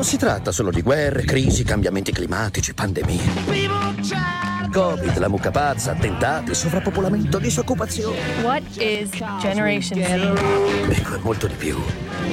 Non si tratta solo di guerre, crisi, cambiamenti climatici, pandemie. Covid, la mucca pazza, attentati, sovrappopolamento, disoccupazione. What is Generation Z? Ecco, è molto di più.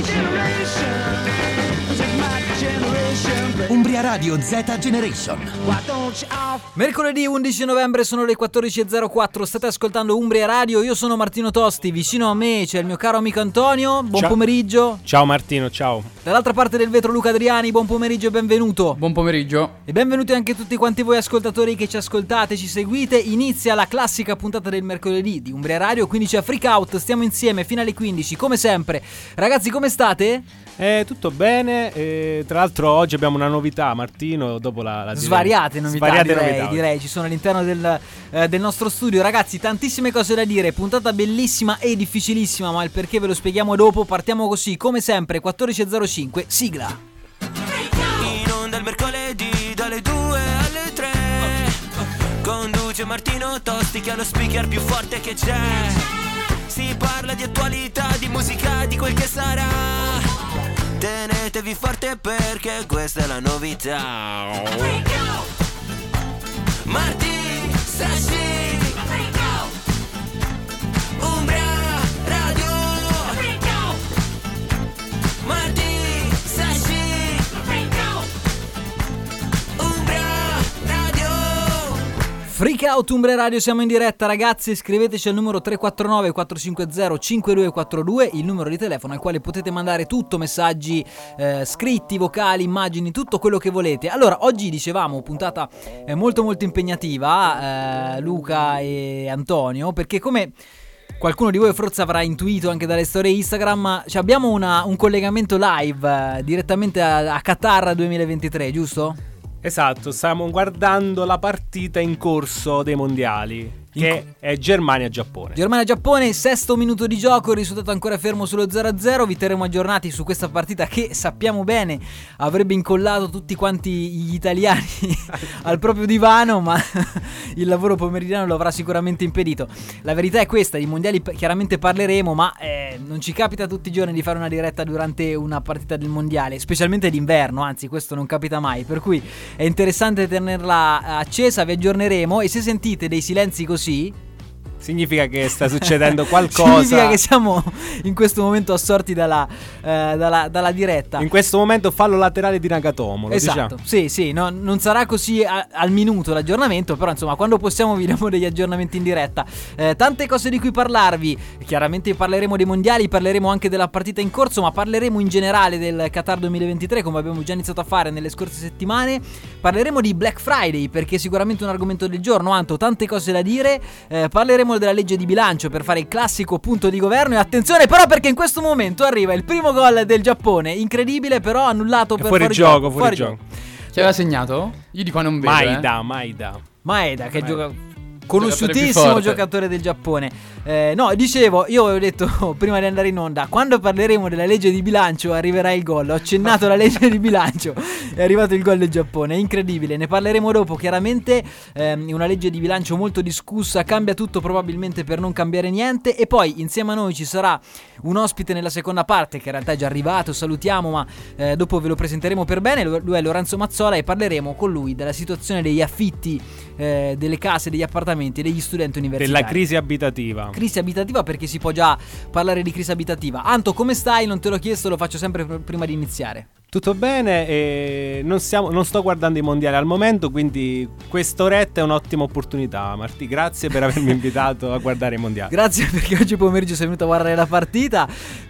Umbria Radio Z Generation. Mercoledì 11 novembre sono le 14.04, state ascoltando Umbria Radio, io sono Martino Tosti, vicino a me c'è il mio caro amico Antonio, buon pomeriggio. Ciao Martino, ciao. Dall'altra parte del vetro Luca Adriani, buon pomeriggio e benvenuto. Buon pomeriggio. E benvenuti anche tutti quanti voi ascoltatori che ci ascoltate, ci seguite. Inizia la classica puntata del mercoledì di Umbria Radio, quindi c'è Freak Out, stiamo insieme fino alle 15 come sempre. Ragazzi, come state? Tutto bene, tra l'altro oggi abbiamo una novità, Martino, dopo la svariate novità, novità. Direi ci sono all'interno del nostro studio. Ragazzi, tantissime cose da dire, puntata bellissima e difficilissima, ma il perché ve lo spieghiamo dopo. Partiamo così, come sempre, 14.05, sigla. In onda il mercoledì dalle 2 alle 3 conduce Martino Tosti che ha lo speaker più forte che c'è. Si parla di attualità, di musica, di quel che sarà. Tenetevi forte perché questa è la novità. Martì, Sashi, Umbria Radio. Martì, Sashi, Umbria Radio. Freak Out Umbria Radio, siamo in diretta ragazzi, scriveteci al numero 349 450 5242, il numero di telefono al quale potete mandare tutto, messaggi scritti, vocali, immagini, tutto quello che volete. Allora, oggi dicevamo puntata molto molto impegnativa, Luca e Antonio, perché come qualcuno di voi forse avrà intuito anche dalle storie Instagram, abbiamo un collegamento live direttamente a Qatar 2023, giusto? Esatto, stiamo guardando la partita in corso dei mondiali, che è Germania-Giappone. Germania-Giappone, sesto minuto di gioco, il risultato ancora fermo sullo 0-0. Vi terremo aggiornati su questa partita che sappiamo bene avrebbe incollato tutti quanti gli italiani al proprio divano, ma il lavoro pomeridiano lo avrà sicuramente impedito. La verità è questa, di mondiali chiaramente parleremo, ma non ci capita tutti i giorni di fare una diretta durante una partita del mondiale, specialmente d'inverno, anzi questo non capita mai, per cui è interessante tenerla accesa, vi aggiorneremo, e se sentite dei silenzi così significa che sta succedendo qualcosa. Significa che siamo in questo momento assorti dalla diretta. In questo momento fallo laterale di Nagatomo, lo esatto, diciamo. Sì, no, non sarà così al minuto l'aggiornamento, però insomma quando possiamo vi diamo degli aggiornamenti in diretta. Tante cose di cui parlarvi, chiaramente parleremo dei mondiali, parleremo anche della partita in corso, ma parleremo in generale del Qatar 2023 come abbiamo già iniziato a fare nelle scorse settimane. Parleremo di Black Friday perché è sicuramente un argomento del giorno, Anto, tante cose da dire. Parleremo della legge di bilancio per fare il classico punto di governo, e attenzione però perché in questo momento arriva il primo gol del Giappone, incredibile però annullato per fuori gioco. Ci aveva segnato? Io dico non vedo. Maeda che gioca conosciutissimo giocatore del Giappone. No, dicevo, io avevo detto prima di andare in onda, quando parleremo della legge di bilancio arriverà il gol. Ho accennato la legge di bilancio, è arrivato il gol del Giappone, è incredibile. Ne parleremo dopo, chiaramente una legge di bilancio molto discussa, cambia tutto probabilmente per non cambiare niente. E poi insieme a noi ci sarà un ospite nella seconda parte che in realtà è già arrivato, salutiamo, ma dopo ve lo presenteremo per bene. Lui è Lorenzo Mazzola e parleremo con lui della situazione degli affitti delle case, degli appartamenti, degli studenti universitari, della crisi abitativa. Crisi abitativa, perché si può già parlare di crisi abitativa. Anto, come stai? Non te l'ho chiesto, lo faccio sempre prima di iniziare. Tutto bene, e non sto guardando i mondiali al momento, quindi quest'oretta è un'ottima opportunità. Martì, grazie per avermi invitato a guardare i mondiali. Grazie perché oggi pomeriggio sei venuto a guardare la partita.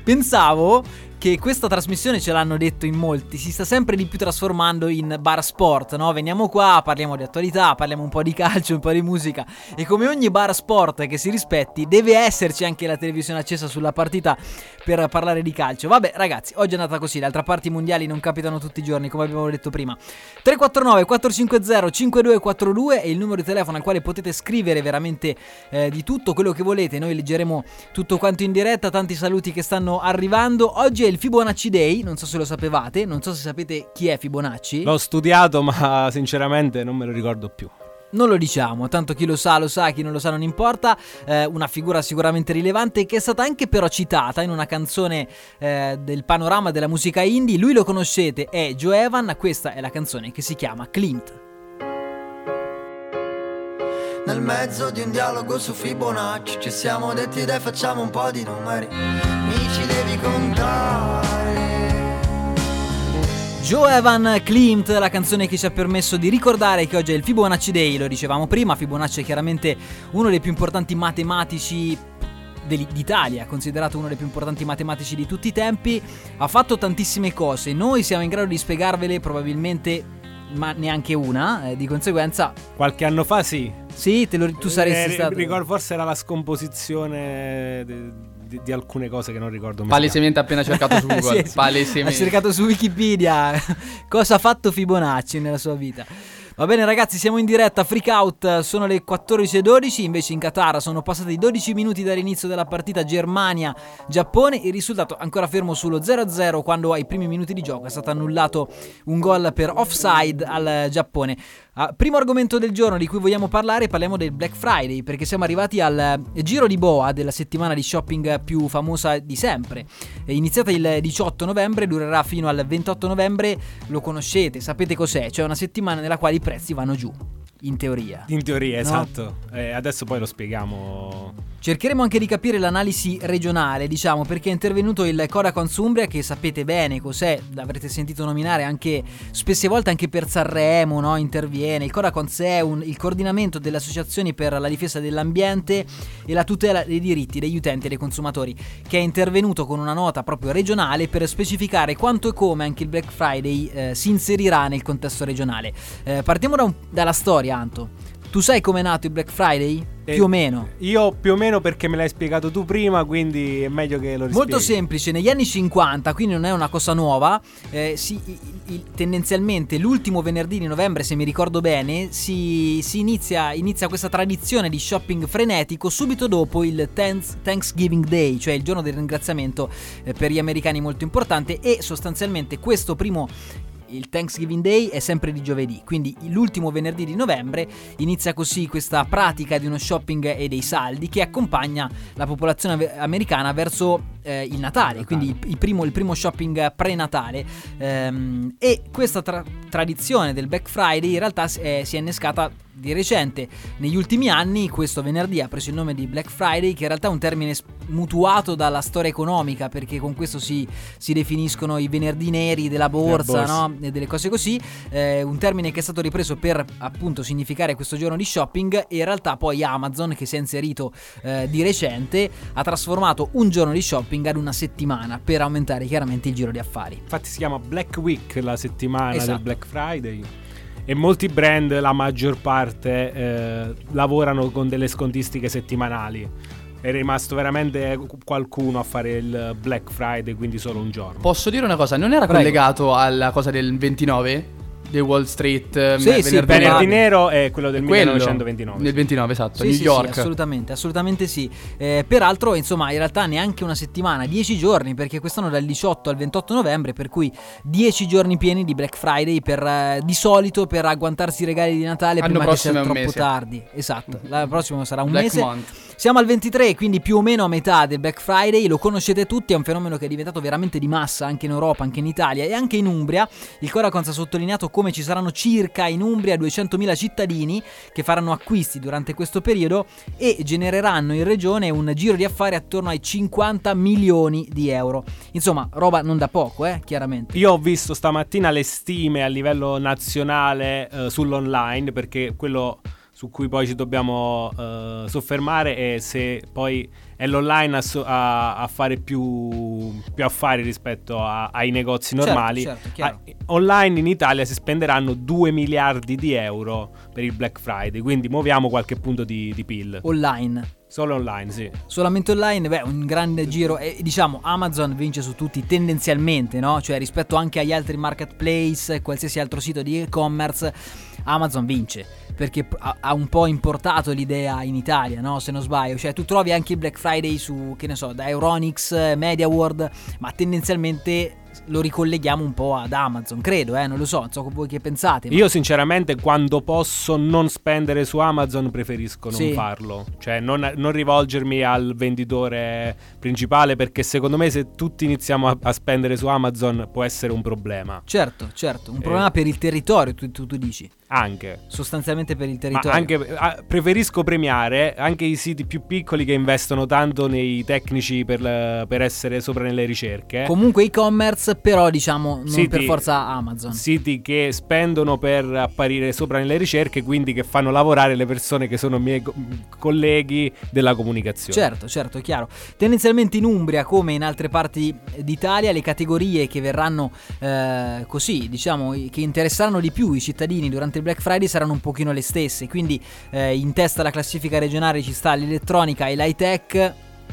Pensavo che questa trasmissione, ce l'hanno detto in molti, si sta sempre di più trasformando in bar sport, no? Veniamo qua, parliamo di attualità, parliamo un po' di calcio, un po' di musica, e come ogni bar sport che si rispetti deve esserci anche la televisione accesa sulla partita per parlare di calcio. Vabbè ragazzi, oggi è andata così, d'altra parte i mondiali non capitano tutti i giorni come abbiamo detto prima. 349 450 5242 è il numero di telefono al quale potete scrivere veramente di tutto quello che volete, noi leggeremo tutto quanto in diretta. Tanti saluti che stanno arrivando. Oggi è il Fibonacci Day, non so se lo sapevate, non so se sapete chi è Fibonacci. L'ho studiato ma sinceramente non me lo ricordo più. Non lo diciamo, tanto chi lo sa, chi non lo sa non importa. Una figura sicuramente rilevante che è stata anche però citata in una canzone del panorama della musica indie. Lui lo conoscete, è Joe Evan, questa è la canzone che si chiama Clint. Nel mezzo di un dialogo su Fibonacci ci siamo detti dai facciamo un po' di numeri, mi ci devi contare. Joe Evan, Klimt, la canzone che ci ha permesso di ricordare che oggi è il Fibonacci Day, lo dicevamo prima. Fibonacci è chiaramente uno dei più importanti matematici d'Italia, considerato uno dei più importanti matematici di tutti i tempi. Ha fatto tantissime cose, noi siamo in grado di spiegarvele probabilmente, ma neanche una, di conseguenza. Qualche anno fa sì. Sì, tu saresti stato. Ricordo, forse era la scomposizione di alcune cose che non ricordo. Palesemente appena cercato su Google. Sì, palesemente. Ha cercato su Wikipedia cosa ha fatto Fibonacci nella sua vita. Va bene ragazzi, siamo in diretta, Freak Out, sono le 14:12, invece in Qatar sono passati 12 minuti dall'inizio della partita Germania-Giappone, il risultato ancora fermo sullo 0-0 quando ai primi minuti di gioco è stato annullato un gol per offside al Giappone. Primo argomento del giorno di cui vogliamo parlare, parliamo del Black Friday, perché siamo arrivati al giro di boa della settimana di shopping più famosa di sempre. È iniziata il 18 novembre, durerà fino al 28 novembre, lo conoscete, sapete cos'è, cioè una settimana nella quale i prezzi vanno giù. In teoria, no? Esatto. Adesso poi lo spieghiamo. Cercheremo anche di capire l'analisi regionale, diciamo, perché è intervenuto il Codacons Umbria, che sapete bene cos'è, l'avrete sentito nominare anche spesse volte anche per Sanremo, no? Interviene. Il Codacons è il coordinamento delle associazioni per la difesa dell'ambiente e la tutela dei diritti degli utenti e dei consumatori, che è intervenuto con una nota proprio regionale per specificare quanto e come anche il Black Friday si inserirà nel contesto regionale. Partiamo dalla storia, Anto. Tu sai com'è nato il Black Friday? Più o meno. Io più o meno, perché me l'hai spiegato tu prima, quindi è meglio che lo rispieghi. Molto semplice, negli anni 50, quindi non è una cosa nuova, tendenzialmente l'ultimo venerdì di novembre, se mi ricordo bene, si inizia questa tradizione di shopping frenetico subito dopo il Thanksgiving Day, cioè il giorno del ringraziamento per gli americani, molto importante, e sostanzialmente il Thanksgiving Day è sempre di giovedì, quindi l'ultimo venerdì di novembre inizia così questa pratica di uno shopping e dei saldi che accompagna la popolazione americana verso il Natale, quindi il primo shopping pre-Natale, e questa tradizione del Black Friday in realtà si è innescata di recente. Negli ultimi anni questo venerdì ha preso il nome di Black Friday, che in realtà è un termine mutuato dalla storia economica, perché con questo si definiscono i venerdì neri della borsa, no? E delle cose così, un termine che è stato ripreso per appunto significare questo giorno di shopping, e in realtà poi Amazon, che si è inserito di recente, ha trasformato un giorno di shopping ad una settimana per aumentare chiaramente il giro di affari. Infatti si chiama Black Week, la settimana esatto. del Black Friday. E molti brand, la maggior parte, lavorano con delle scontistiche settimanali. È rimasto veramente qualcuno a fare il Black Friday, quindi solo un giorno. Posso dire una cosa? Non era collegato alla cosa del 29? Di Wall Street? Sì, venerdì nero è quello del 1929. Nel 29, esatto, sì, New York. Sì, assolutamente sì. Peraltro, insomma, in realtà neanche una settimana, 10 giorni, perché quest'anno dal 18 al 28 novembre, per cui 10 giorni pieni di Black Friday di solito per agguantarsi i regali di Natale prima che sia troppo tardi. Esatto, l'anno prossimo sarà un mese. Month. Siamo al 23, quindi più o meno a metà del Black Friday, lo conoscete tutti, è un fenomeno che è diventato veramente di massa anche in Europa, anche in Italia e anche in Umbria. Il Codacons ha sottolineato come ci saranno circa in Umbria 200.000 cittadini che faranno acquisti durante questo periodo e genereranno in regione un giro di affari attorno ai 50 milioni di euro. Insomma, roba non da poco, chiaramente. Io ho visto stamattina le stime a livello nazionale sull'online, perché quello su cui poi ci dobbiamo soffermare è se poi è l'online a fare più affari rispetto ai negozi normali. Certo, online in Italia si spenderanno 2 miliardi di euro per il Black Friday, quindi muoviamo qualche punto di PIL. Online. Solo online, sì. Solamente online, un grande giro. E diciamo Amazon vince su tutti tendenzialmente, no? Cioè rispetto anche agli altri marketplace, qualsiasi altro sito di e-commerce, Amazon vince, perché ha un po' importato l'idea in Italia, no? Se non sbaglio, cioè tu trovi anche il Black Friday su, che ne so, da Euronics, MediaWorld, ma tendenzialmente lo ricolleghiamo un po' ad Amazon, credo, non lo so, non so voi che pensate. Io sinceramente quando posso non spendere su Amazon preferisco non farlo, cioè non rivolgermi al venditore principale, perché secondo me se tutti iniziamo a spendere su Amazon può essere un problema. Certo, un problema per il territorio, tu dici. Anche sostanzialmente per il territorio. Ma anche preferisco premiare anche i siti più piccoli che investono tanto nei tecnici per essere sopra nelle ricerche. Comunque e-commerce, però diciamo non per forza Amazon. Siti che spendono per apparire sopra nelle ricerche, quindi che fanno lavorare le persone che sono miei colleghi della comunicazione. Certo, è chiaro. Tendenzialmente in Umbria, come in altre parti d'Italia, le categorie che verranno così, diciamo, che interesseranno di più i cittadini durante il Black Friday saranno un pochino le stesse, quindi in testa alla classifica regionale ci sta l'elettronica e l'high tech,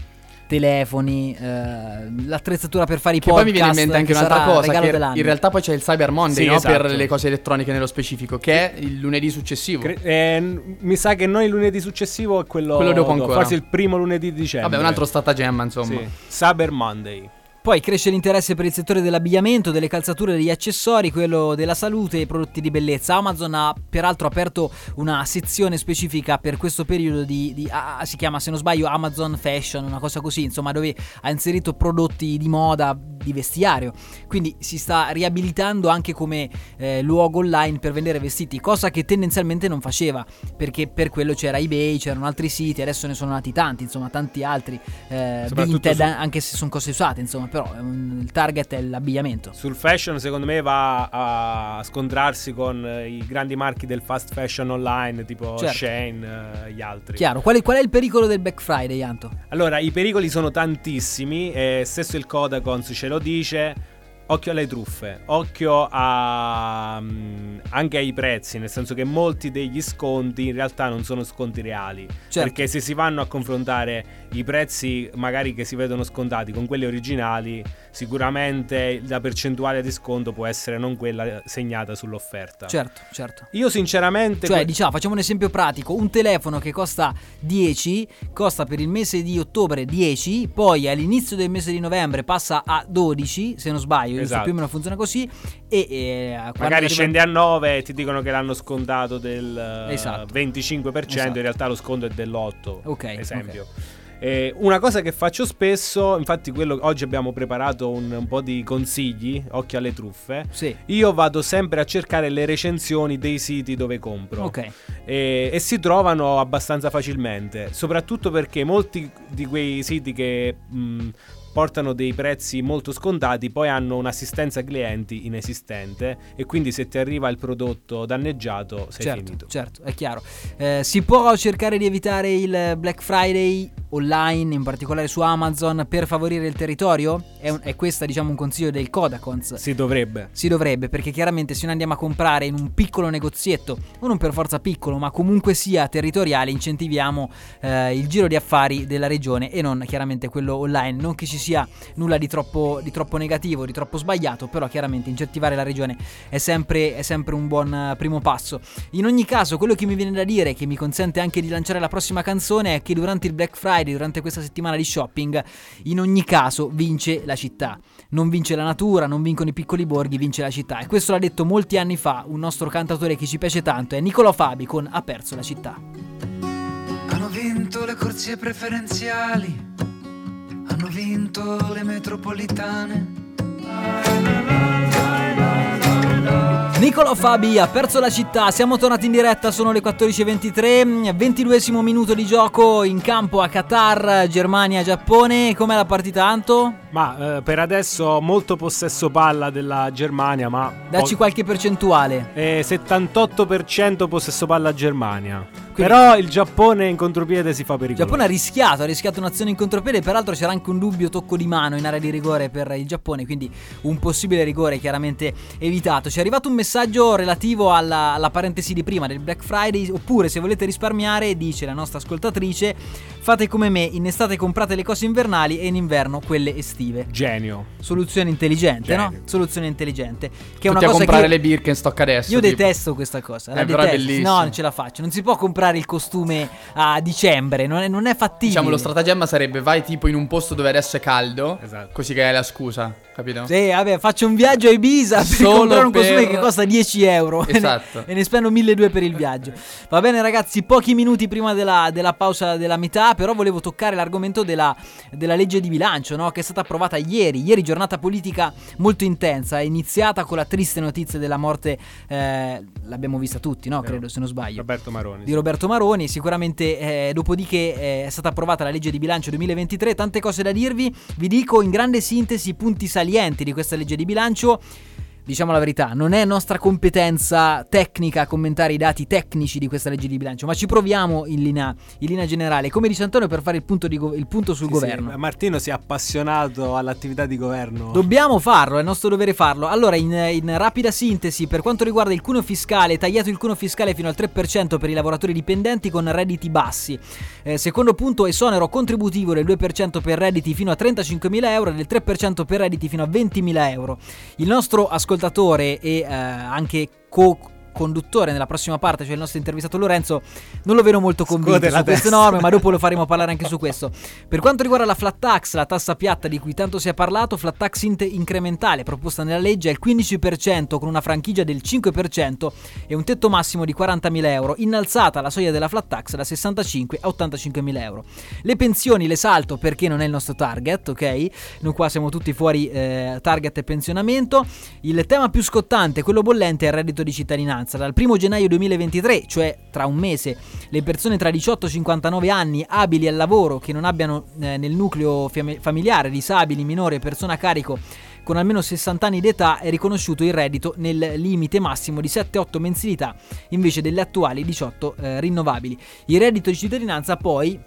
telefoni, l'attrezzatura per fare i podcast. Poi mi viene in mente anche un'altra cosa, che dell'anno. In realtà poi c'è il Cyber Monday, sì, no? Esatto. Per le cose elettroniche nello specifico, che è il lunedì successivo. Mi sa che non il lunedì successivo, è quello dopo ancora. Forse il primo lunedì di dicembre. Vabbè, un altro stratagemma, insomma. Sì. Cyber Monday. Poi cresce l'interesse per il settore dell'abbigliamento, delle calzature, degli accessori, quello della salute e i prodotti di bellezza. Amazon ha peraltro aperto una sezione specifica per questo periodo si chiama, se non sbaglio, Amazon Fashion, una cosa così, insomma, dove ha inserito prodotti di moda, di vestiario. Quindi si sta riabilitando anche come luogo online per vendere vestiti, cosa che tendenzialmente non faceva, perché per quello c'era eBay, c'erano altri siti, adesso ne sono nati tanti, insomma, tanti altri Vinted, anche se sono cose usate, insomma. Però il target è l'abbigliamento. Sul fashion secondo me va a scontrarsi con i grandi marchi del fast fashion online, tipo Shein, gli altri. Chiaro. Qual è il pericolo del Black Friday, Anto? Allora, i pericoli sono tantissimi, stesso il Codacons ce lo dice. Occhio alle truffe, occhio anche ai prezzi, nel senso che molti degli sconti in realtà non sono sconti reali, perché se si vanno a confrontare i prezzi magari che si vedono scontati con quelli originali, sicuramente la percentuale di sconto può essere non quella segnata sull'offerta. Certo. Io sinceramente, diciamo, facciamo un esempio pratico: un telefono che costa 10 costa per il mese di ottobre 10, poi all'inizio del mese di novembre passa a 12, se non sbaglio. Esatto. Più o meno funziona così, e magari scende a 9 e ti dicono che l'hanno scontato del 25%, esatto. In realtà lo sconto è dell'8%. Ok, esempio. Una cosa che faccio spesso, infatti oggi abbiamo preparato un po' di consigli, occhio alle truffe. Sì. Io vado sempre a cercare le recensioni dei siti dove compro. Ok. E si trovano abbastanza facilmente, soprattutto perché molti di quei siti che portano dei prezzi molto scontati poi hanno un'assistenza clienti inesistente, e quindi se ti arriva il prodotto danneggiato sei finito. Certo, è chiaro. Si può cercare di evitare il Black Friday online, in particolare su Amazon, per favorire il territorio? È questa, diciamo, un consiglio del Codacons? Si dovrebbe, perché chiaramente se noi andiamo a comprare in un piccolo negozietto, o non per forza piccolo, ma comunque sia territoriale, incentiviamo il giro di affari della regione e non chiaramente quello online. Non che ci sia nulla di troppo negativo, di troppo sbagliato, però chiaramente incentivare la regione è sempre un buon primo passo. In ogni caso, quello che mi viene da dire, che mi consente anche di lanciare la prossima canzone, è che durante il Black Friday, durante questa settimana di shopping, in ogni caso vince la città. Non vince la natura, non vincono i piccoli borghi, vince la città. E questo l'ha detto molti anni fa un nostro cantautore che ci piace tanto, è Nicolò Fabi con Ha perso la città. Hanno vinto le corsie preferenziali, hanno vinto le metropolitane. Nicolò Fabi, Ha perso la città. Siamo tornati in diretta, sono le 14:23, 22esimo minuto di gioco in campo a Qatar, Germania, Giappone. Com'è la partita, Anto? Ma per adesso molto possesso palla della Germania, ma dacci qualche percentuale. 78% possesso palla Germania. Però il Giappone in contropiede si fa pericoloso. Il Giappone ha rischiato un'azione in contropiede. Peraltro c'era anche un dubbio tocco di mano in area di rigore per il Giappone, quindi un possibile rigore chiaramente evitato. Ci è arrivato un messaggio relativo alla parentesi di prima del Black Friday. Oppure, se volete risparmiare, dice la nostra ascoltatrice, fate come me, in estate comprate le cose invernali e in inverno quelle estive. Genio. Soluzione intelligente, no? Soluzione intelligente, che è una cosa cosa comprare che le Birkenstock adesso. io detesto questa cosa. La però è detesto. bellissimo. No, non ce la faccio. Non si può comprare comprare il costume a dicembre, non è fattibile. Diciamo, lo stratagemma sarebbe: vai tipo in un posto dove adesso è caldo, Esatto. così che hai la scusa, capito? Sì, vabbè, faccio un viaggio a Ibiza per Solo comprare un costume per- che costa 10 euro Esatto. e ne spendo 1.200 per il viaggio. Va bene ragazzi, pochi minuti prima della pausa della metà, però volevo toccare l'argomento della legge di bilancio, no? Che è stata approvata ieri, giornata politica molto intensa, è iniziata con la triste notizia della morte, l'abbiamo vista tutti, no? Credo, se non sbaglio, Roberto Maroni. di Roberto Maroni. Sicuramente dopodiché è stata approvata la legge di bilancio 2023, tante cose da dirvi, vi dico in grande sintesi i punti salienti di questa legge di bilancio. Diciamo la verità, non è nostra competenza tecnica commentare i dati tecnici di questa legge di bilancio, ma ci proviamo in linea generale, come dice Antonio, per fare il punto sul governo. Sì, Martino si è appassionato all'attività di governo. Dobbiamo farlo, è nostro dovere farlo. Allora, in rapida sintesi, per quanto riguarda il cuneo fiscale, tagliato il cuneo fiscale fino al 3% per i lavoratori dipendenti con redditi bassi. Secondo punto, esonero contributivo del 2% per redditi fino a 35.000 euro e del 3% per redditi fino a 20.000 euro. Il nostro ascoltatore e anche conduttore nella prossima parte, cioè il nostro intervistato Lorenzo, non lo vedo molto convinto su queste norme, ma dopo lo faremo parlare anche su questo. Per quanto riguarda la flat tax, la tassa piatta di cui tanto si è parlato, flat tax incrementale proposta nella legge è il 15% con una franchigia del 5% e un tetto massimo di 40.000 euro, innalzata la soglia della flat tax da 65 a 85.000 euro. Le pensioni le salto perché non è il nostro target, ok? Noi qua siamo tutti fuori target e pensionamento. Il tema più scottante, quello bollente, è il reddito di cittadinanza. Dal 1 gennaio 2023, cioè tra un mese, le persone tra 18 e 59 anni abili al lavoro che non abbiano nel nucleo familiare disabili, minori e persone a carico con almeno 60 anni d'età è riconosciuto il reddito nel limite massimo di 7-8 mensilità invece delle attuali 18 rinnovabili. Il reddito di cittadinanza poi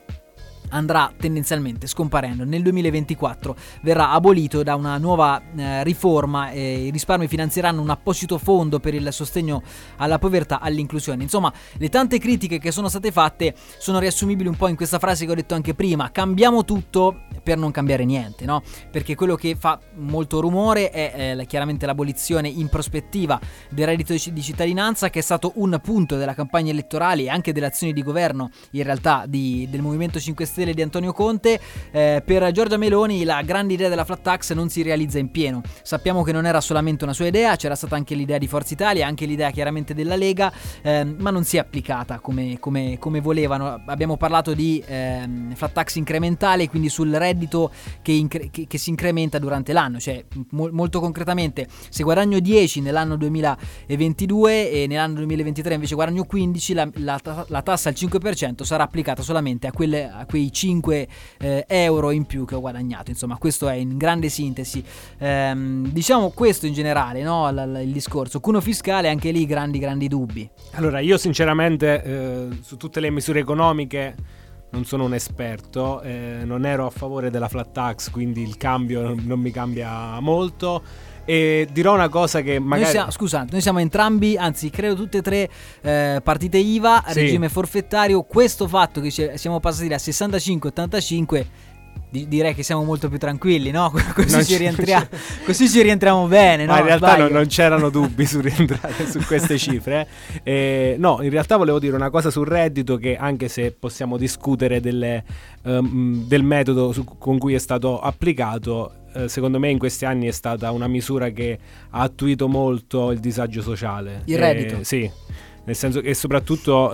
andrà tendenzialmente scomparendo. Nel 2024 verrà abolito da una nuova riforma e i risparmi finanzieranno un apposito fondo per il sostegno alla povertà, all'inclusione. Insomma, le tante critiche che sono state fatte sono riassumibili un po' in questa frase che ho detto anche prima: cambiamo tutto per non cambiare niente, no? Perché quello che fa molto rumore è chiaramente l'abolizione in prospettiva del reddito di cittadinanza, che è stato un punto della campagna elettorale e anche delle azioni di governo in realtà del Movimento 5 Stelle di Antonio Conte. Per Giorgia Meloni la grande idea della flat tax non si realizza in pieno. Sappiamo che non era solamente una sua idea, c'era stata anche l'idea di Forza Italia, anche l'idea chiaramente della Lega, ma non si è applicata come volevano. Abbiamo parlato di flat tax incrementale, quindi sul reddito che si incrementa durante l'anno, cioè molto concretamente, se guadagno 10 nell'anno 2022 e nell'anno 2023 invece guadagno 15, la tassa al 5% sarà applicata solamente a quei 5 euro in più che ho guadagnato. Insomma, questo è in grande sintesi, diciamo questo in generale, no? Il discorso cuneo fiscale, anche lì grandi dubbi. Allora, io sinceramente su tutte le misure economiche non sono un esperto, non ero a favore della flat tax, quindi il cambio non mi cambia molto. E dirò una cosa che magari... Noi siamo entrambi, anzi credo tutte e tre partite IVA, sì, regime forfettario. Questo fatto che siamo passati da 65-85 direi che siamo molto più tranquilli, no? Così ci rientriamo bene, no? Ma in realtà non c'erano dubbi su rientrare su queste cifre. No, in realtà volevo dire una cosa sul reddito, che anche se possiamo discutere del metodo con cui è stato applicato, secondo me in questi anni è stata una misura che ha attuito molto il disagio sociale. Il reddito? Sì, nel senso che soprattutto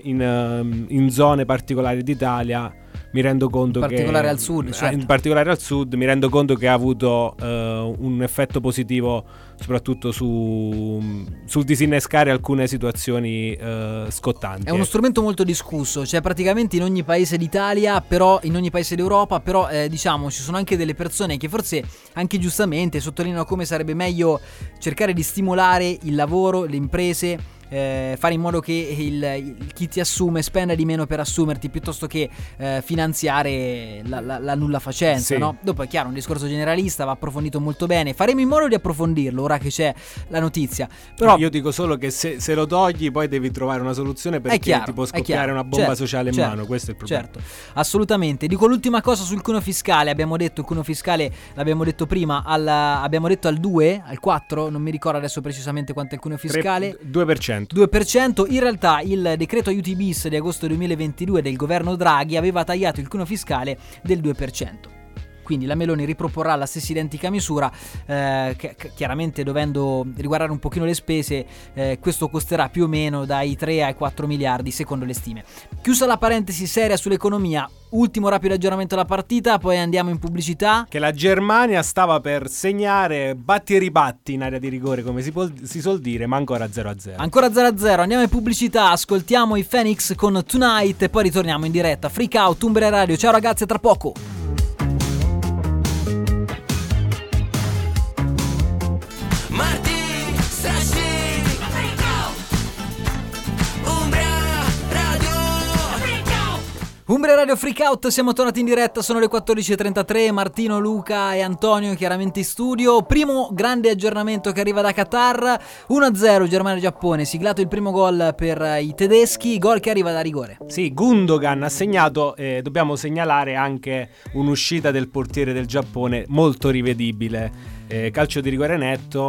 in zone particolari d'Italia mi rendo conto in particolare al sud mi rendo conto che ha avuto un effetto positivo soprattutto sul disinnescare alcune situazioni scottanti. È uno strumento molto discusso, cioè praticamente in ogni paese d'Italia, però in ogni paese d'Europa, però diciamo ci sono anche delle persone che forse anche giustamente sottolineano come sarebbe meglio cercare di stimolare il lavoro, le imprese, fare in modo che chi ti assume spenda di meno per assumerti piuttosto che finanziare la nulla facenza, sì, no? Dopo è chiaro, un discorso generalista, va approfondito molto bene, faremo in modo di approfondirlo ora che c'è la notizia. Però io dico solo che se lo togli poi devi trovare una soluzione, perché ti può scoppiare una bomba sociale in mano, questo è il problema. Certo, assolutamente. Dico l'ultima cosa sul cuneo fiscale. Abbiamo detto il cuneo fiscale, l'abbiamo detto prima, abbiamo detto al 2, al 4, non mi ricordo adesso precisamente quanto è il cuneo fiscale. 2%. 2%. In realtà il decreto aiuti bis di agosto 2022 del governo Draghi aveva tagliato il cuneo fiscale del 2%. Quindi la Meloni riproporrà la stessa identica misura, chiaramente dovendo riguardare un pochino le spese, questo costerà più o meno dai 3 ai 4 miliardi secondo le stime. Chiusa la parentesi seria sull'economia, ultimo rapido aggiornamento della partita, poi andiamo in pubblicità. Che la Germania stava per segnare batti e ribatti in area di rigore, come si suol dire, ma ancora 0-0. Ancora 0-0, andiamo in pubblicità, ascoltiamo i Phoenix con Tonight e poi ritorniamo in diretta. Freak Out, Umbria Radio, ciao ragazzi, a tra poco. Umbria Radio Freak Out, siamo tornati in diretta, sono le 14.33, Martino, Luca e Antonio chiaramente in studio. Primo grande aggiornamento che arriva da Qatar, 1-0 Germania-Giappone, siglato il primo gol per i tedeschi, gol che arriva da rigore. Sì, Gundogan ha segnato, dobbiamo segnalare anche un'uscita del portiere del Giappone molto rivedibile, calcio di rigore netto,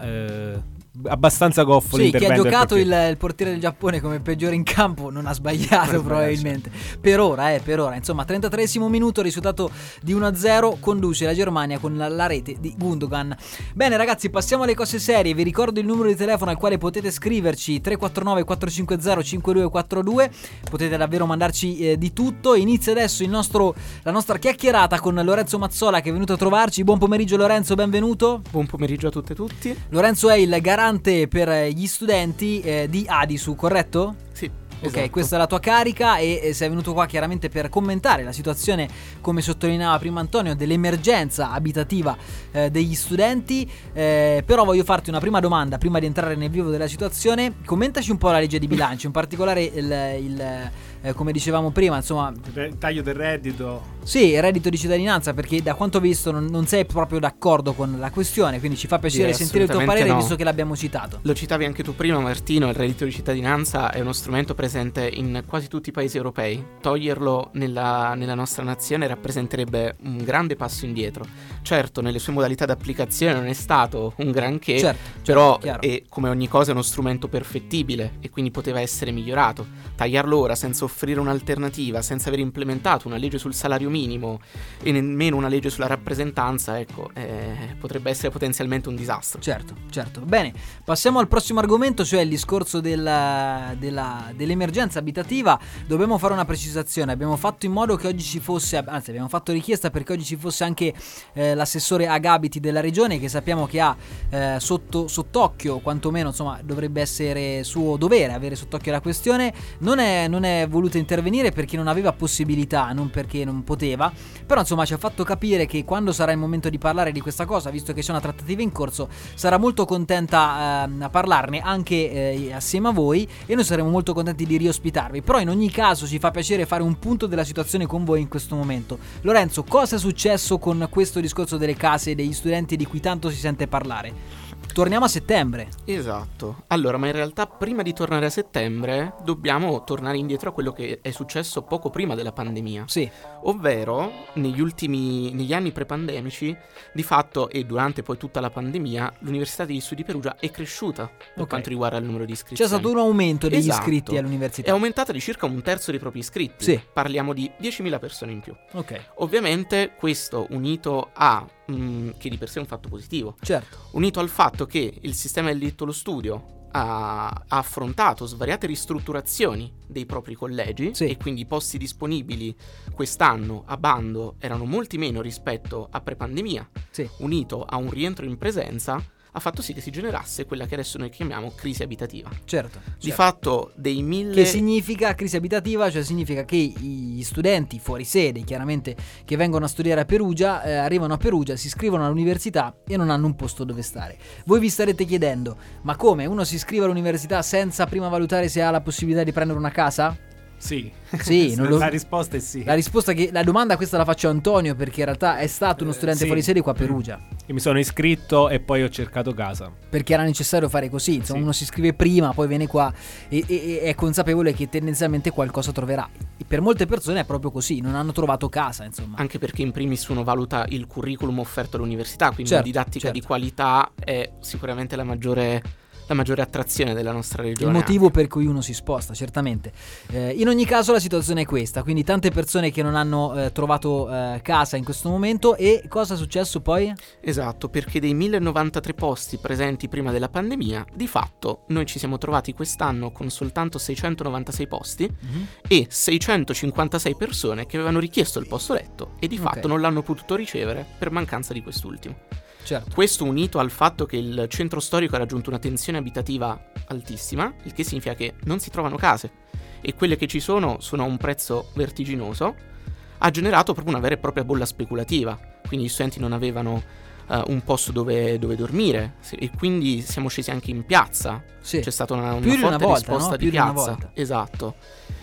ma abbastanza goffo l'intervento. Chi ha giocato il portiere del Giappone come peggiore in campo non ha sbagliato probabilmente. Per ora, insomma, 33esimo minuto, risultato di 1-0, conduce la Germania con la rete di Gundogan. Bene ragazzi, passiamo alle cose serie. Vi ricordo il numero di telefono al quale potete scriverci, 349 450 5242. Potete davvero mandarci di tutto. Inizia adesso la nostra chiacchierata con Lorenzo Mazzola, che è venuto a trovarci. Buon pomeriggio Lorenzo, benvenuto. Buon pomeriggio a tutte e tutti. Lorenzo è il garante per gli studenti di Adisu, corretto? Sì. Ok, esatto. Questa è la tua carica e sei venuto qua chiaramente per commentare la situazione, come sottolineava prima Antonio, dell'emergenza abitativa degli studenti, però voglio farti una prima domanda prima di entrare nel vivo della situazione. Commentaci un po' la legge di bilancio, in particolare come dicevamo prima, insomma, il taglio del reddito. Sì, il reddito di cittadinanza, perché da quanto ho visto non sei proprio d'accordo con la questione, quindi ci fa piacere sentire il tuo parere, no, visto che l'abbiamo citato. Lo citavi anche tu prima, Martino, il reddito di cittadinanza è uno strumento presente in quasi tutti i paesi europei. Toglierlo nella nostra nazione rappresenterebbe un grande passo indietro. Certo, nelle sue modalità d'applicazione non è stato un granché, però come ogni cosa è uno strumento perfettibile e quindi poteva essere migliorato. Tagliarlo ora senza offrire un'alternativa, senza aver implementato una legge sul salario minimo e nemmeno una legge sulla rappresentanza, potrebbe essere potenzialmente un disastro. Certo. Bene, passiamo al prossimo argomento, cioè il discorso dell'emergenza abitativa. Dobbiamo fare una precisazione. Abbiamo fatto in modo che oggi ci fosse, anzi abbiamo fatto richiesta perché oggi ci fosse anche l'assessore Agabiti della regione, che sappiamo che ha sott'occhio, quantomeno insomma dovrebbe essere suo dovere avere sott'occhio la questione. Non è voluto intervenire perché non aveva possibilità, non perché non poteva, però insomma ci ha fatto capire che quando sarà il momento di parlare di questa cosa, visto che c'è una trattativa in corso, sarà molto contenta a parlarne anche assieme a voi, e noi saremo molto contenti di riospitarvi. Però in ogni caso ci fa piacere fare un punto della situazione con voi in questo momento. Lorenzo, cosa è successo con questo discorso delle case degli studenti di cui tanto si sente parlare? Torniamo a settembre. Esatto. Allora, ma in realtà prima di tornare a settembre dobbiamo tornare indietro a quello che è successo poco prima della pandemia. Sì. Ovvero, negli anni prepandemici, di fatto, e durante poi tutta la pandemia, l'Università degli Studi di Perugia è cresciuta per quanto riguarda il numero di iscritti. C'è stato un aumento degli iscritti all'università. È aumentata di circa un terzo dei propri iscritti. Sì. Parliamo di 10.000 persone in più. Ok. Ovviamente questo unito a che di per sé è un fatto positivo. Certo. Unito al fatto che il sistema del diritto allo studio ha affrontato svariate ristrutturazioni dei propri collegi, e quindi i posti disponibili quest'anno a bando erano molti meno rispetto a pre-pandemia, unito a un rientro in presenza, ha fatto sì che si generasse quella che adesso noi chiamiamo crisi abitativa. Certo. Di fatto dei 1000... Che significa crisi abitativa? Cioè significa che gli studenti fuori sede, chiaramente, che vengono a studiare a Perugia, arrivano a Perugia, si iscrivono all'università e non hanno un posto dove stare. Voi vi starete chiedendo, ma come? Uno si iscrive all'università senza prima valutare se ha la possibilità di prendere una casa? Sì, la risposta è sì. La domanda questa la faccio a Antonio, perché in realtà è stato uno studente fuori sede qua a Perugia. Io mi sono iscritto e poi ho cercato casa. Perché era necessario fare così, insomma, uno si iscrive prima, poi viene qua e è consapevole che tendenzialmente qualcosa troverà. E per molte persone è proprio così, non hanno trovato casa, insomma. Anche perché in primis uno valuta il curriculum offerto all'università, quindi una didattica di qualità è sicuramente la maggiore la maggiore attrazione della nostra regione. Il motivo per cui uno si sposta, certamente. In ogni caso la situazione è questa, quindi tante persone che non hanno trovato casa in questo momento. E cosa è successo poi? Esatto, perché dei 1093 posti presenti prima della pandemia, di fatto noi ci siamo trovati quest'anno con soltanto 696 posti e 656 persone che avevano richiesto il posto letto e di fatto non l'hanno potuto ricevere per mancanza di quest'ultimo. Certo. Questo unito al fatto che il centro storico ha raggiunto una tensione abitativa altissima, il che significa che non si trovano case e quelle che ci sono a un prezzo vertiginoso, ha generato proprio una vera e propria bolla speculativa. Quindi gli studenti non avevano un posto dove dormire e quindi siamo scesi anche in piazza. Sì. C'è stata una Più di forte una volta, risposta no? di Più di una piazza. volta. Esatto.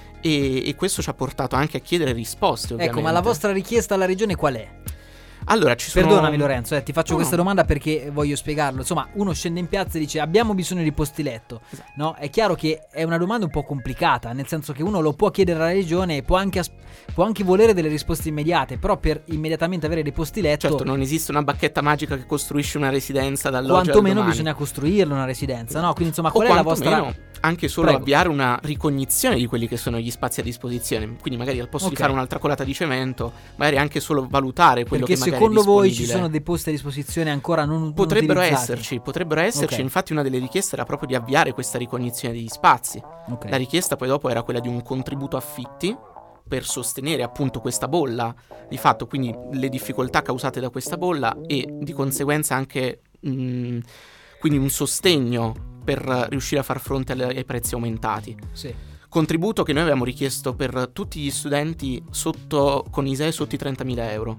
E questo ci ha portato anche a chiedere risposte, ovviamente. Ecco, ma la vostra richiesta alla regione qual è? Allora, ci sono... Perdonami Lorenzo, ti faccio questa domanda perché voglio spiegarlo. Insomma, uno scende in piazza e dice abbiamo bisogno di posti letto, no? È chiaro che è una domanda un po' complicata, nel senso che uno lo può chiedere alla regione e può anche volere delle risposte immediate, però per immediatamente avere dei posti letto, certo, non esiste una bacchetta magica che costruisce una residenza dall'oggi al quantomeno domani. bisogna costruirla una residenza, no? Quindi insomma, O qual è la vostra... quantomeno anche solo avviare una ricognizione di quelli che sono gli spazi a disposizione. Quindi magari al posto di fare un'altra colata di cemento, magari anche solo valutare quello perché che magari secondo è disponibile. voi ci sono dei posti a disposizione ancora non Potrebbero utilizzati? esserci. Infatti una delle richieste era proprio di avviare questa ricognizione degli spazi. La richiesta poi dopo era quella di un contributo affitti per sostenere appunto questa bolla di fatto, quindi le difficoltà causate da questa bolla e di conseguenza anche quindi un sostegno per riuscire a far fronte ai prezzi aumentati. Sì. Contributo che noi avevamo richiesto per tutti gli studenti con ISEE sotto i 30.000 euro.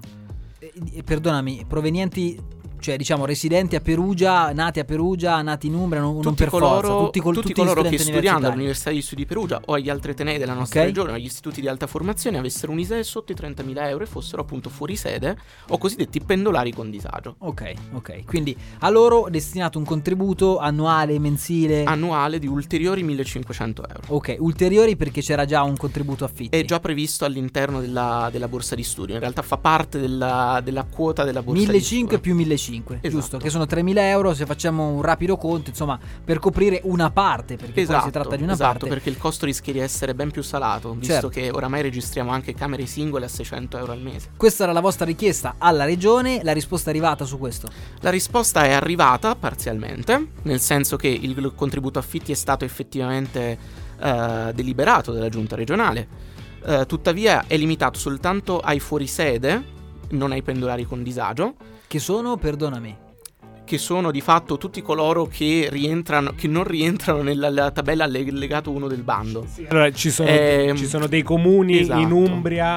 Perdonami, provenienti, cioè diciamo residenti a Perugia, nati a Perugia, nati in Umbria, non per coloro, forza, tutti coloro che studenti studiando all'Università di Studi di Perugia o agli altri atenei della nostra regione o agli istituti di alta formazione avessero un ISEE sotto i 30.000 euro e fossero appunto fuori sede o cosiddetti pendolari con disagio. Ok, quindi a loro destinato un contributo annuale, mensile? Annuale di ulteriori 1.500 euro. Ok, ulteriori perché c'era già un contributo affitti? È già previsto all'interno della borsa di studio, in realtà fa parte della quota della borsa di studio. 1.500 più 1.500. Esatto. Giusto, che sono 3.000 euro se facciamo un rapido conto, insomma, per coprire una parte, perché poi si tratta di una parte. Perché il costo rischia di essere ben più salato, visto che oramai registriamo anche camere singole a 600 euro al mese. Questa era la vostra richiesta alla regione, la risposta è arrivata su questo? La risposta è arrivata parzialmente, nel senso che il contributo affitti è stato effettivamente deliberato dalla giunta regionale, tuttavia è limitato soltanto ai fuorisede, non ai pendolari con disagio. Che sono, perdonami? Che sono di fatto tutti coloro che non rientrano nella tabella allegato 1 del bando. Allora ci sono dei comuni in Umbria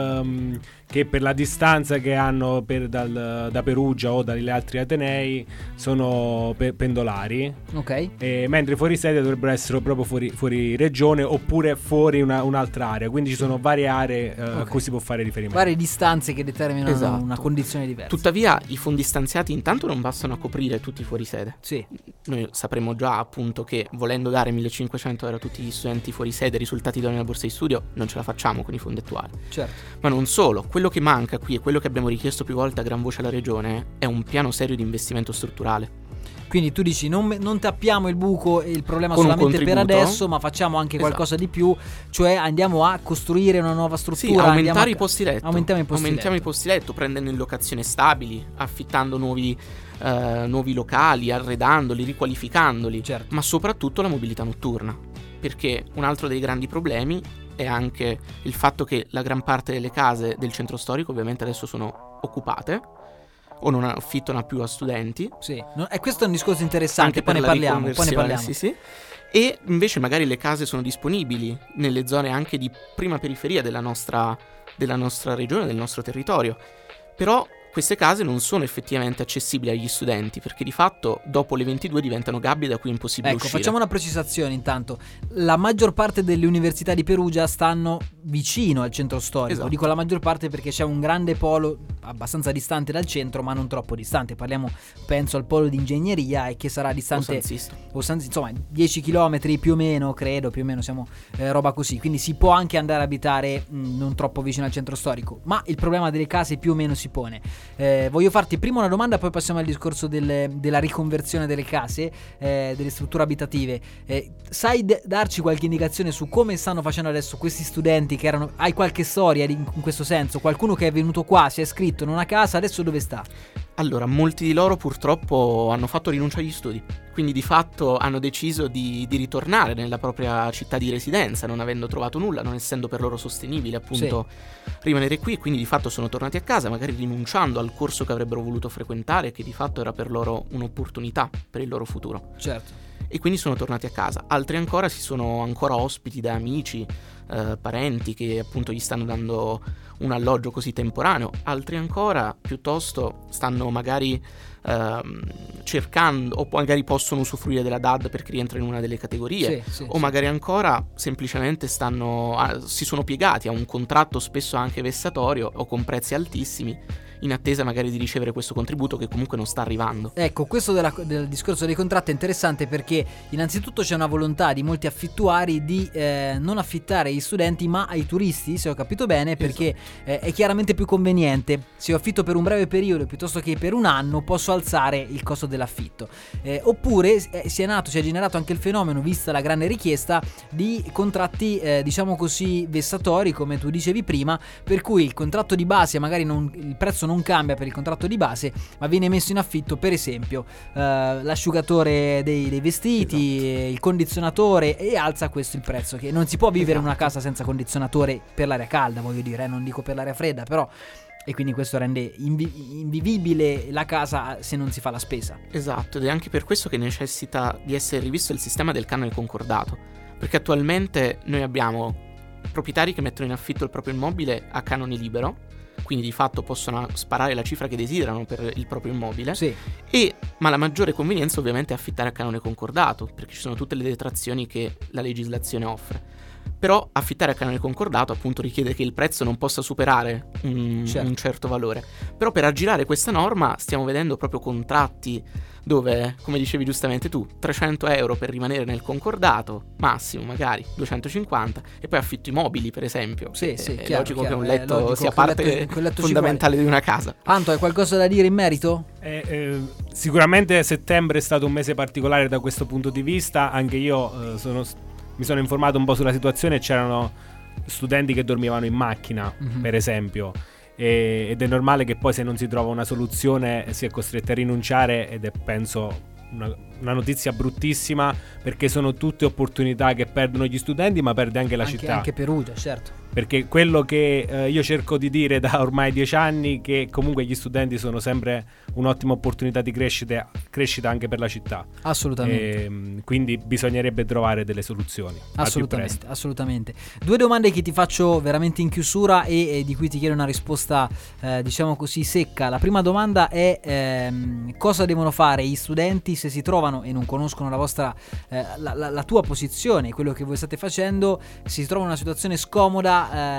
che per la distanza che hanno da Perugia o dagli altri atenei sono pendolari. Ok. Mentre fuori sede dovrebbero essere proprio fuori regione oppure fuori un'altra area. Quindi ci sono varie aree a cui si può fare riferimento. Varie distanze che determinano una condizione diversa. Tuttavia i fondi stanziati intanto non bastano a coprire tutti i fuori sede. Sì. Noi sapremo già appunto che volendo dare 1.500 euro a tutti gli studenti fuori sede risultati idonei alla borsa di studio non ce la facciamo con i fondi attuali. Certo. Ma non solo, quello che manca qui e quello che abbiamo richiesto più volte a gran voce alla regione è un piano serio di investimento strutturale. Quindi tu dici non tappiamo il buco e il problema con solamente per adesso, ma facciamo anche qualcosa di più, cioè andiamo a costruire una nuova struttura, aumentare i posti letto. Aumentiamo i posti letto, prendendo in locazione stabili, affittando nuovi locali, arredandoli, riqualificandoli, ma soprattutto la mobilità notturna, perché un altro dei grandi problemi è anche il fatto che la gran parte delle case del centro storico ovviamente adesso sono occupate o non affittano più a studenti. Sì, e questo è un discorso interessante, anche poi ne parliamo. Sì. E invece magari le case sono disponibili nelle zone anche di prima periferia della nostra regione, del nostro territorio. Però queste case non sono effettivamente accessibili agli studenti, perché di fatto dopo le 22 diventano gabbie da cui è impossibile uscire. Facciamo una precisazione intanto. La maggior parte delle università di Perugia stanno vicino al centro storico. Esatto. Dico la maggior parte perché c'è un grande polo abbastanza distante dal centro, ma non troppo distante. Parliamo, penso, al polo di ingegneria, e che sarà distante insomma 10 km più o meno, credo, più o meno siamo roba così. Quindi si può anche andare a abitare non troppo vicino al centro storico, ma il problema delle case più o meno si pone. Voglio farti prima una domanda, poi passiamo al discorso della riconversione delle case, delle strutture abitative. Sai darci qualche indicazione su come stanno facendo adesso questi studenti che erano... Hai qualche storia in questo senso? Qualcuno che è venuto qua, si è iscritto in una casa, adesso dove sta? Allora, molti di loro purtroppo hanno fatto rinuncia agli studi, quindi di fatto hanno deciso di ritornare nella propria città di residenza, non avendo trovato nulla, non essendo per loro sostenibile appunto rimanere qui, quindi di fatto sono tornati a casa, magari rinunciando al corso che avrebbero voluto frequentare, che di fatto era per loro un'opportunità per il loro futuro. Certo. E quindi sono tornati a casa. Altri ancora sono ancora ospiti da amici, parenti che appunto gli stanno dando un alloggio così temporaneo. Altri ancora piuttosto stanno magari cercando, o magari possono usufruire della DAD perché rientra in una delle categorie, magari ancora semplicemente si sono piegati a un contratto spesso anche vessatorio o con prezzi altissimi, in attesa magari di ricevere questo contributo che comunque non sta arrivando. Ecco, questo del discorso dei contratti è interessante, perché innanzitutto c'è una volontà di molti affittuari di non affittare agli studenti ma ai turisti, se ho capito bene, perché è chiaramente più conveniente. Se io affitto per un breve periodo piuttosto che per un anno, posso alzare il costo dell'affitto. Oppure si è generato anche il fenomeno, vista la grande richiesta, di contratti diciamo così vessatori, come tu dicevi prima, per cui il contratto di base magari il prezzo non cambia per il contratto di base, ma viene messo in affitto per esempio l'asciugatore dei vestiti, il condizionatore, e alza questo il prezzo, che non si può vivere in una casa senza condizionatore per l'aria calda, voglio dire, non dico per l'aria fredda, però, e quindi questo rende invivibile la casa se non si fa la spesa. Esatto, ed è anche per questo che necessita di essere rivisto il sistema del canone concordato, perché attualmente noi abbiamo proprietari che mettono in affitto il proprio immobile a canone libero, quindi di fatto possono sparare la cifra che desiderano per il proprio immobile, ma la maggiore convenienza ovviamente è affittare a canone concordato, perché ci sono tutte le detrazioni che la legislazione offre. Però affittare a canone concordato appunto richiede che il prezzo non possa superare un certo valore. Però per aggirare questa norma stiamo vedendo proprio contratti dove, come dicevi giustamente tu, 300 euro per rimanere nel concordato, massimo magari 250, e poi affitto i mobili per esempio. È logico che un letto sia parte fondamentale di una casa. Anto, hai qualcosa da dire in merito? Sicuramente settembre è stato un mese particolare da questo punto di vista. Anche io mi sono informato un po' sulla situazione, e c'erano studenti che dormivano in macchina, per esempio, ed è normale che poi, se non si trova una soluzione, si è costretti a rinunciare, ed è, penso, una notizia bruttissima, perché sono tutte opportunità che perdono gli studenti, ma perde anche la città. Anche Perugia, certo. Perché quello che io cerco di dire da ormai 10 anni, che comunque gli studenti sono sempre un'ottima opportunità di crescita anche per la città. Assolutamente. Quindi bisognerebbe trovare delle soluzioni. Assolutamente. Due domande che ti faccio veramente in chiusura e di cui ti chiedo una risposta diciamo così secca. La prima domanda è cosa devono fare gli studenti se si trovano e non conoscono la vostra la tua posizione, quello che voi state facendo, si trovano in una situazione scomoda,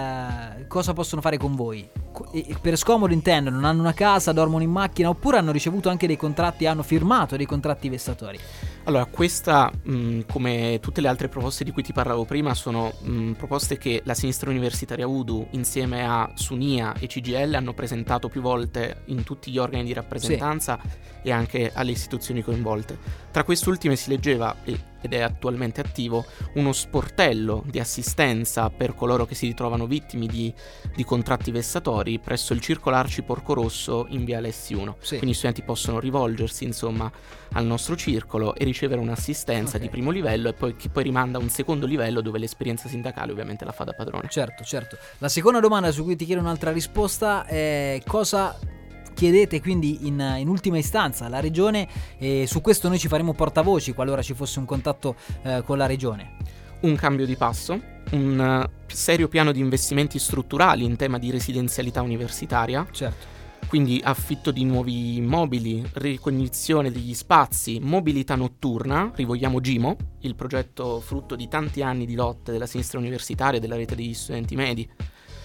cosa possono fare con voi? E per scomodo intendo, non hanno una casa, dormono in macchina, oppure hanno ricevuto anche dei contratti, hanno firmato dei contratti vessatori? Allora, questa, come tutte le altre proposte di cui ti parlavo prima, sono proposte che la sinistra universitaria UDU, insieme a Sunia e CGIL, hanno presentato più volte in tutti gli organi di rappresentanza e anche alle istituzioni coinvolte. Tra quest'ultime si leggeva, ed è attualmente attivo, uno sportello di assistenza per coloro che si ritrovano vittime di contratti vessatori presso il Circolo Arci Porco Rosso in Viale S1. Quindi gli studenti possono rivolgersi insomma al nostro circolo e ricevere un'assistenza di primo livello, e poi che poi rimanda a un secondo livello dove l'esperienza sindacale ovviamente la fa da padrone. Certo. La seconda domanda su cui ti chiedo un'altra risposta è cosa chiedete quindi in ultima istanza alla regione, e su questo noi ci faremo portavoci qualora ci fosse un contatto con la regione. Un cambio di passo, un serio piano di investimenti strutturali in tema di residenzialità universitaria. Certo. Quindi affitto di nuovi immobili, ricognizione degli spazi, mobilità notturna, rivogliamo GIMO, il progetto frutto di tanti anni di lotte della sinistra universitaria e della rete degli studenti medi.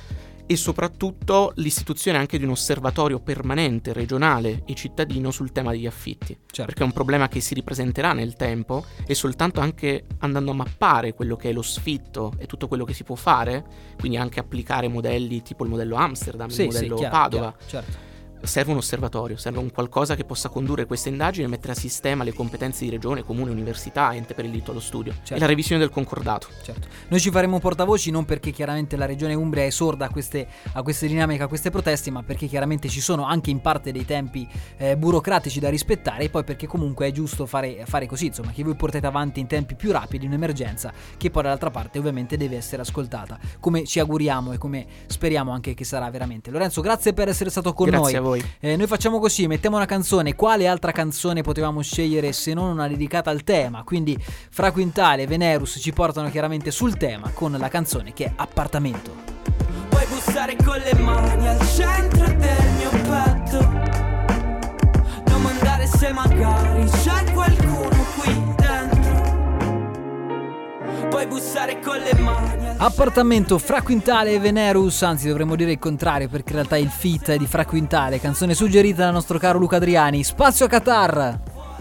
e soprattutto l'istituzione anche di un osservatorio permanente, regionale e cittadino sul tema degli affitti, perché è un problema che si ripresenterà nel tempo e soltanto anche andando a mappare quello che è lo sfitto e tutto quello che si può fare, quindi anche applicare modelli tipo il modello Amsterdam, il modello Padova. Certo. Serve un osservatorio, serve un qualcosa che possa condurre queste indagini e mettere a sistema le competenze di regione, comune, università, ente per il diritto allo studio e la revisione del concordato. Certo. Noi ci faremo portavoci non perché chiaramente la regione Umbria è sorda a queste dinamiche, a queste proteste, ma perché chiaramente ci sono anche in parte dei tempi burocratici da rispettare, e poi perché comunque è giusto fare così, insomma, che voi portate avanti in tempi più rapidi un'emergenza che poi dall'altra parte ovviamente deve essere ascoltata, come ci auguriamo e come speriamo anche che sarà veramente. Lorenzo, grazie per essere stato con noi. Grazie a voi. Noi facciamo così, mettiamo una canzone. Quale altra canzone potevamo scegliere se non una dedicata al tema? Quindi Fra Quintale e Venerus ci portano chiaramente sul tema con la canzone che è Appartamento. Puoi bussare con le mani al centro del mio petto, domandare se magari c'è qualcuno qui dentro. Puoi bussare con le mani. Appartamento, Fra Quintale e Venerus, anzi dovremmo dire il contrario perché in realtà il feat è di Fra Quintale, canzone suggerita dal nostro caro Luca Adriani. Spazio a Qatar.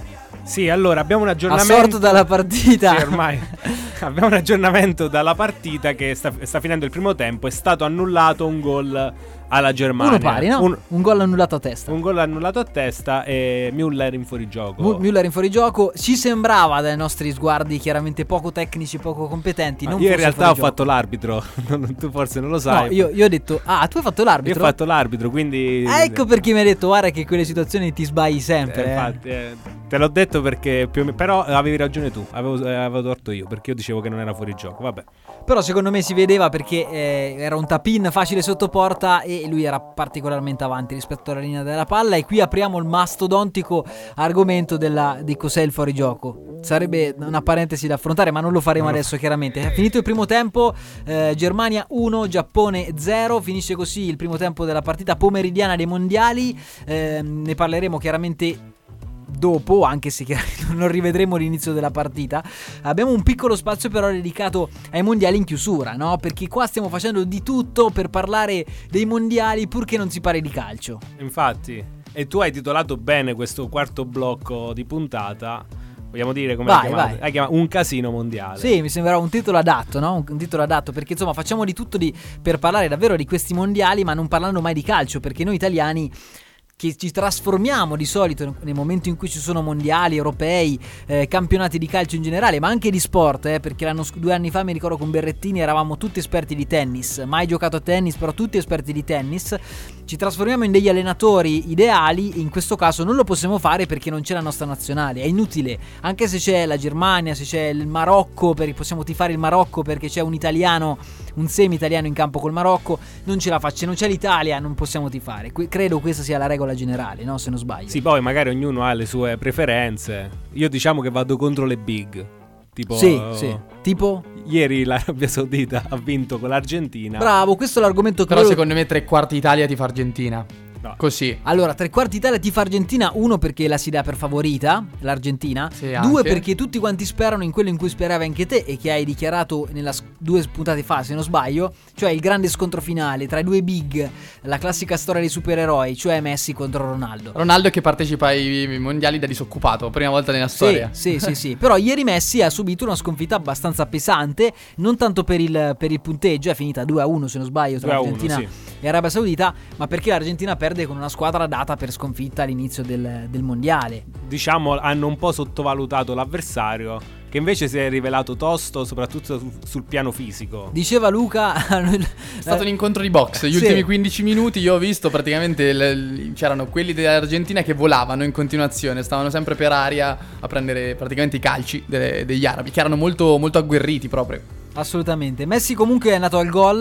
Sì, allora abbiamo un aggiornamento. Assorto dalla partita. Sì, ormai abbiamo un aggiornamento dalla partita che sta finendo il primo tempo. È stato annullato un gol alla Germania. Uno pari, no? Un gol annullato a testa. Un gol annullato a testa e Müller in fuorigioco. Müller in fuorigioco. Ci sembrava dai nostri sguardi chiaramente poco tecnici, poco competenti. Io in realtà ho fatto l'arbitro. Tu forse non lo sai. No, io ho detto, tu hai fatto l'arbitro? Io ho fatto l'arbitro, quindi ecco perché mi hai detto, guarda che in quelle situazioni ti sbagli sempre. Infatti, te l'ho detto perché però avevi ragione tu. Avevo torto io, perché io dicevo che non era fuorigioco. Vabbè. Però secondo me si vedeva perché era un tap-in facile sotto porta e lui era particolarmente avanti rispetto alla linea della palla. E qui apriamo il mastodontico argomento di cos'è il fuorigioco. Sarebbe una parentesi da affrontare, ma non lo faremo adesso chiaramente. È finito il primo tempo, Germania 1, Giappone 0. Finisce così il primo tempo della partita pomeridiana dei mondiali. Ne parleremo chiaramente dopo, anche se non rivedremo l'inizio della partita. Abbiamo un piccolo spazio però dedicato ai mondiali in chiusura, no? Perché qua stiamo facendo di tutto per parlare dei mondiali purché non si parli di calcio. Infatti, e tu hai titolato bene questo quarto blocco di puntata. Vogliamo dire come l'hai chiamato? Un casino mondiale. Sì, mi sembrava un titolo adatto, no? Un titolo adatto perché insomma facciamo di tutto per parlare davvero di questi mondiali, ma non parlando mai di calcio, perché noi italiani che ci trasformiamo di solito nel momento in cui ci sono mondiali, europei, campionati di calcio in generale, ma anche di sport, perché 2 anni fa mi ricordo con Berrettini eravamo tutti esperti di tennis, mai giocato a tennis, però tutti esperti di tennis. Ci trasformiamo in degli allenatori ideali, in questo caso non lo possiamo fare perché non c'è la nostra nazionale, è inutile, anche se c'è la Germania, se c'è il Marocco, possiamo tifare il Marocco perché c'è un italiano, un semi-italiano in campo col Marocco, non ce la faccio, non c'è l'Italia, non possiamo tifare. Credo questa sia la regola generale, no? Se non sbaglio. Sì, poi magari ognuno ha le sue preferenze. Io diciamo che vado contro le big. Tipo, sì. Tipo? Ieri l'Arabia Saudita ha vinto con l'Argentina. Bravo, questo è l'argomento che però secondo me 3/4 Italia tifa Argentina. No. Così. Allora, 3/4 Italia tifa Argentina. 1 perché la si dà per favorita, l'Argentina. Sì, 2 anche. perché tutti quanti sperano in quello in cui speravi anche te e che hai dichiarato 2 puntate fa, se non sbaglio, cioè il grande scontro finale tra i 2 big, la classica storia dei supereroi, cioè Messi contro Ronaldo. Ronaldo che partecipa ai mondiali da disoccupato, prima volta nella storia. Sì. Però ieri Messi ha subito una sconfitta abbastanza pesante, non tanto per il punteggio, è finita 2-1 se non sbaglio tra Argentina e Arabia Saudita, ma perché l'Argentina perde con una squadra data per sconfitta all'inizio del mondiale. Diciamo hanno un po' sottovalutato l'avversario, che invece si è rivelato tosto soprattutto sul piano fisico. Diceva Luca è stato un incontro di box. Gli ultimi 15 minuti io ho visto praticamente c'erano quelli dell'Argentina che volavano in continuazione, stavano sempre per aria a prendere praticamente i calci degli arabi, che erano molto, molto agguerriti proprio. Assolutamente. Messi comunque è andato al gol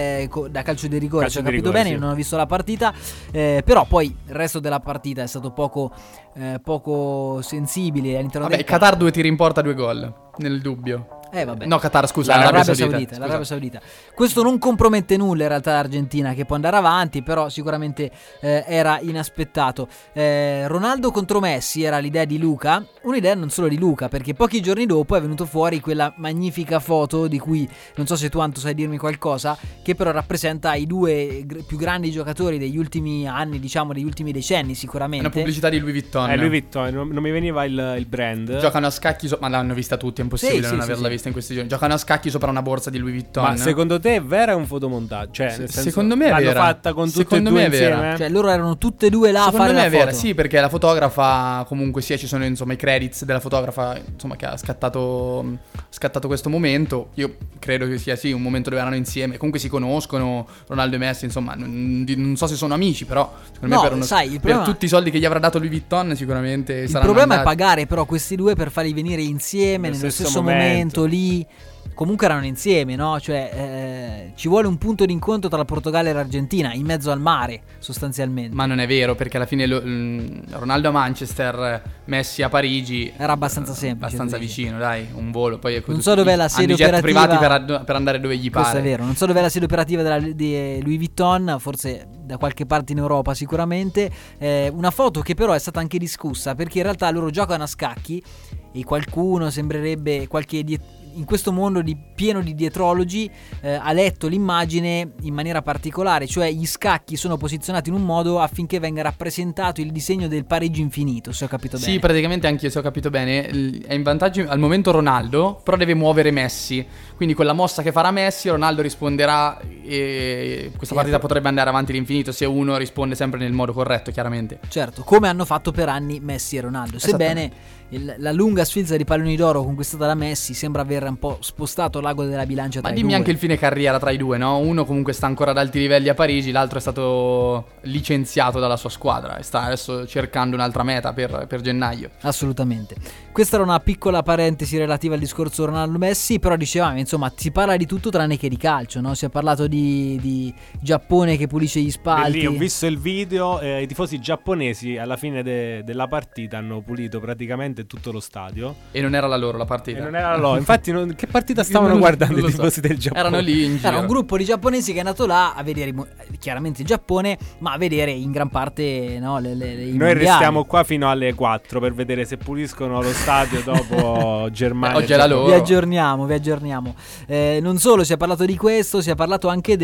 da calcio di rigore, se ho capito bene, sì. Non ho visto la partita, però poi il resto della partita è stato poco sensibile all'interno del Qatar 2 tiri in porta, 2 gol, nel dubbio. Vabbè. No, Qatar, scusa, l'Arabia Saudita. Questo non compromette nulla in realtà l'Argentina, che può andare avanti, però sicuramente era inaspettato. Ronaldo contro Messi era l'idea di Luca, un'idea non solo di Luca, perché pochi giorni dopo è venuto fuori quella magnifica foto di cui non so se tu Anto sai dirmi qualcosa, che però rappresenta i due più grandi giocatori degli ultimi anni, diciamo degli ultimi decenni sicuramente. È una pubblicità di Louis Vuitton. Louis Vuitton, non mi veniva il brand. Giocano a scacchi, ma l'hanno vista tutti, è impossibile non averla vista in questi giorni. Giocano a scacchi sopra una borsa di Louis Vuitton. Ma secondo te è vera o un fotomontaggio? Cioè, nel senso, secondo me è vera. l'hanno fatta con tutte e due insieme? Cioè loro erano tutte e due là a fare la foto. Secondo me è vera, sì, perché la fotografa comunque sia, ci sono insomma i credits della fotografa, insomma, che ha scattato questo momento. Io credo che sia un momento dove erano insieme. Comunque si conoscono Ronaldo e Messi, insomma, non so se sono amici, però secondo me per tutti i soldi che gli avrà dato Louis Vuitton sicuramente il saranno problema andati. È pagare però questi due per farli venire insieme nello stesso momento lì. Comunque erano insieme, no? Cioè ci vuole un punto d'incontro tra il Portogallo e l'Argentina, in mezzo al mare sostanzialmente. Ma non è vero, perché alla fine Ronaldo a Manchester, Messi a Parigi era abbastanza semplice, abbastanza vicino, dai, un volo. Poi non so dov'è la sede operativa, privati per andare dove gli pare. Questo è vero, non so dov'è la sede operativa di Louis Vuitton, forse da qualche parte in Europa sicuramente. Una foto che però è stata anche discussa, perché in realtà loro giocano a scacchi e qualcuno sembrerebbe in questo mondo pieno di dietrologi ha letto l'immagine in maniera particolare, cioè gli scacchi sono posizionati in un modo affinché venga rappresentato il disegno del pareggio infinito, se ho capito bene. Sì, praticamente anche io, se ho capito bene, è in vantaggio al momento Ronaldo, però deve muovere Messi, quindi con la mossa che farà Messi Ronaldo risponderà e questa partita potrebbe andare avanti all'infinito se uno risponde sempre nel modo corretto, chiaramente. Certo, come hanno fatto per anni Messi e Ronaldo, sebbene la lunga sfilza di palloni d'oro conquistata da Messi sembra aver un po' spostato l'ago della bilancia tra i due. Ma dimmi anche il fine carriera tra i due, no? Uno comunque sta ancora ad alti livelli a Parigi, l'altro è stato licenziato dalla sua squadra e sta adesso cercando un'altra meta per gennaio. Assolutamente. Questa era una piccola parentesi relativa al discorso Ronaldo-Messi, però dicevamo, insomma, si parla di tutto tranne che di calcio, no? Si è parlato di Giappone che pulisce gli spalti. Lì ho visto il video, i tifosi giapponesi alla fine della partita hanno pulito praticamente tutto lo stadio. E non era la loro la partita. E non era la loro. Infatti che partita stavano guardando i tifosi del Giappone? Erano lì in giro. Era un gruppo di giapponesi che è andato là a vedere chiaramente il Giappone, ma a vedere in gran parte i Noi restiamo qua fino alle 4 per vedere se puliscono lo stadio dopo Germania. Oggi è la loro. Vi aggiorniamo. Non solo, si è parlato di questo, si è parlato anche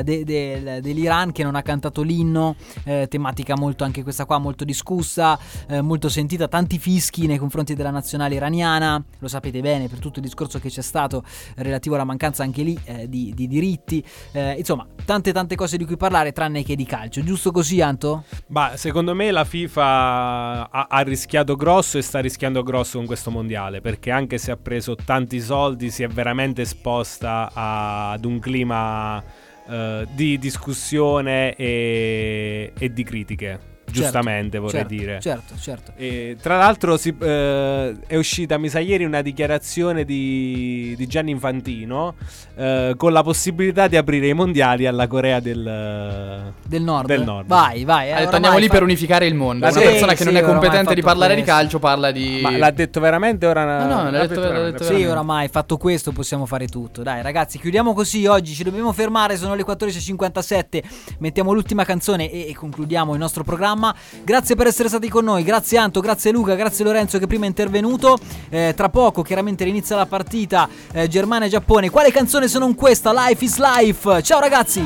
dell'Iran che non ha cantato l'inno, tematica molto, anche questa qua molto discussa, molto sentita, tanti fischi nei confronti della nazionale iraniana, lo sapete bene per tutto il discorso che c'è stato relativo alla mancanza anche lì di diritti, insomma tante cose di cui parlare tranne che di calcio, giusto così Anto? Bah, secondo me la FIFA ha rischiato grosso e sta rischiando grosso con questo mondiale, perché anche se ha preso tanti soldi si è veramente esposta ad un clima di discussione e di critiche. Giustamente, vorrei dire. Certo. E, tra l'altro è uscita, mi sa ieri, una dichiarazione di Gianni Infantino con la possibilità di aprire i mondiali alla Corea del Nord. Vai. Ha detto andiamo lì per unificare il mondo. Una persona che non è competente di parlare di calcio parla di... Ma l'ha detto veramente ora? No, l'ha detto veramente. Sì, oramai fatto questo possiamo fare tutto. Dai ragazzi, chiudiamo così oggi, ci dobbiamo fermare, sono le 14:57. Mettiamo l'ultima canzone e concludiamo il nostro programma. Grazie per essere stati con noi, grazie Anto, grazie Luca, grazie Lorenzo che prima è intervenuto. Tra poco chiaramente inizia la partita Germania-Giappone. Quale canzone se non questa? Life is Life. Ciao ragazzi.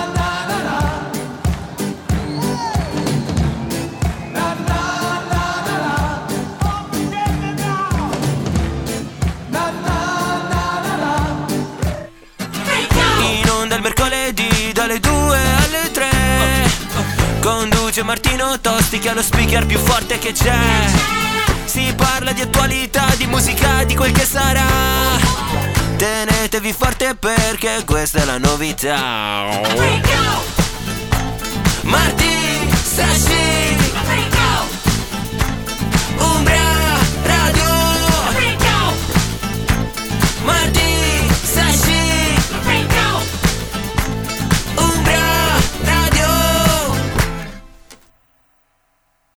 In onda il mercoledì dalle 2 alle 3 conduce Martino Tosti che ha lo speaker più forte che c'è. Si parla di attualità, di musica, di quel che sarà. Tenetevi forte perché questa è la novità. Martì Sashi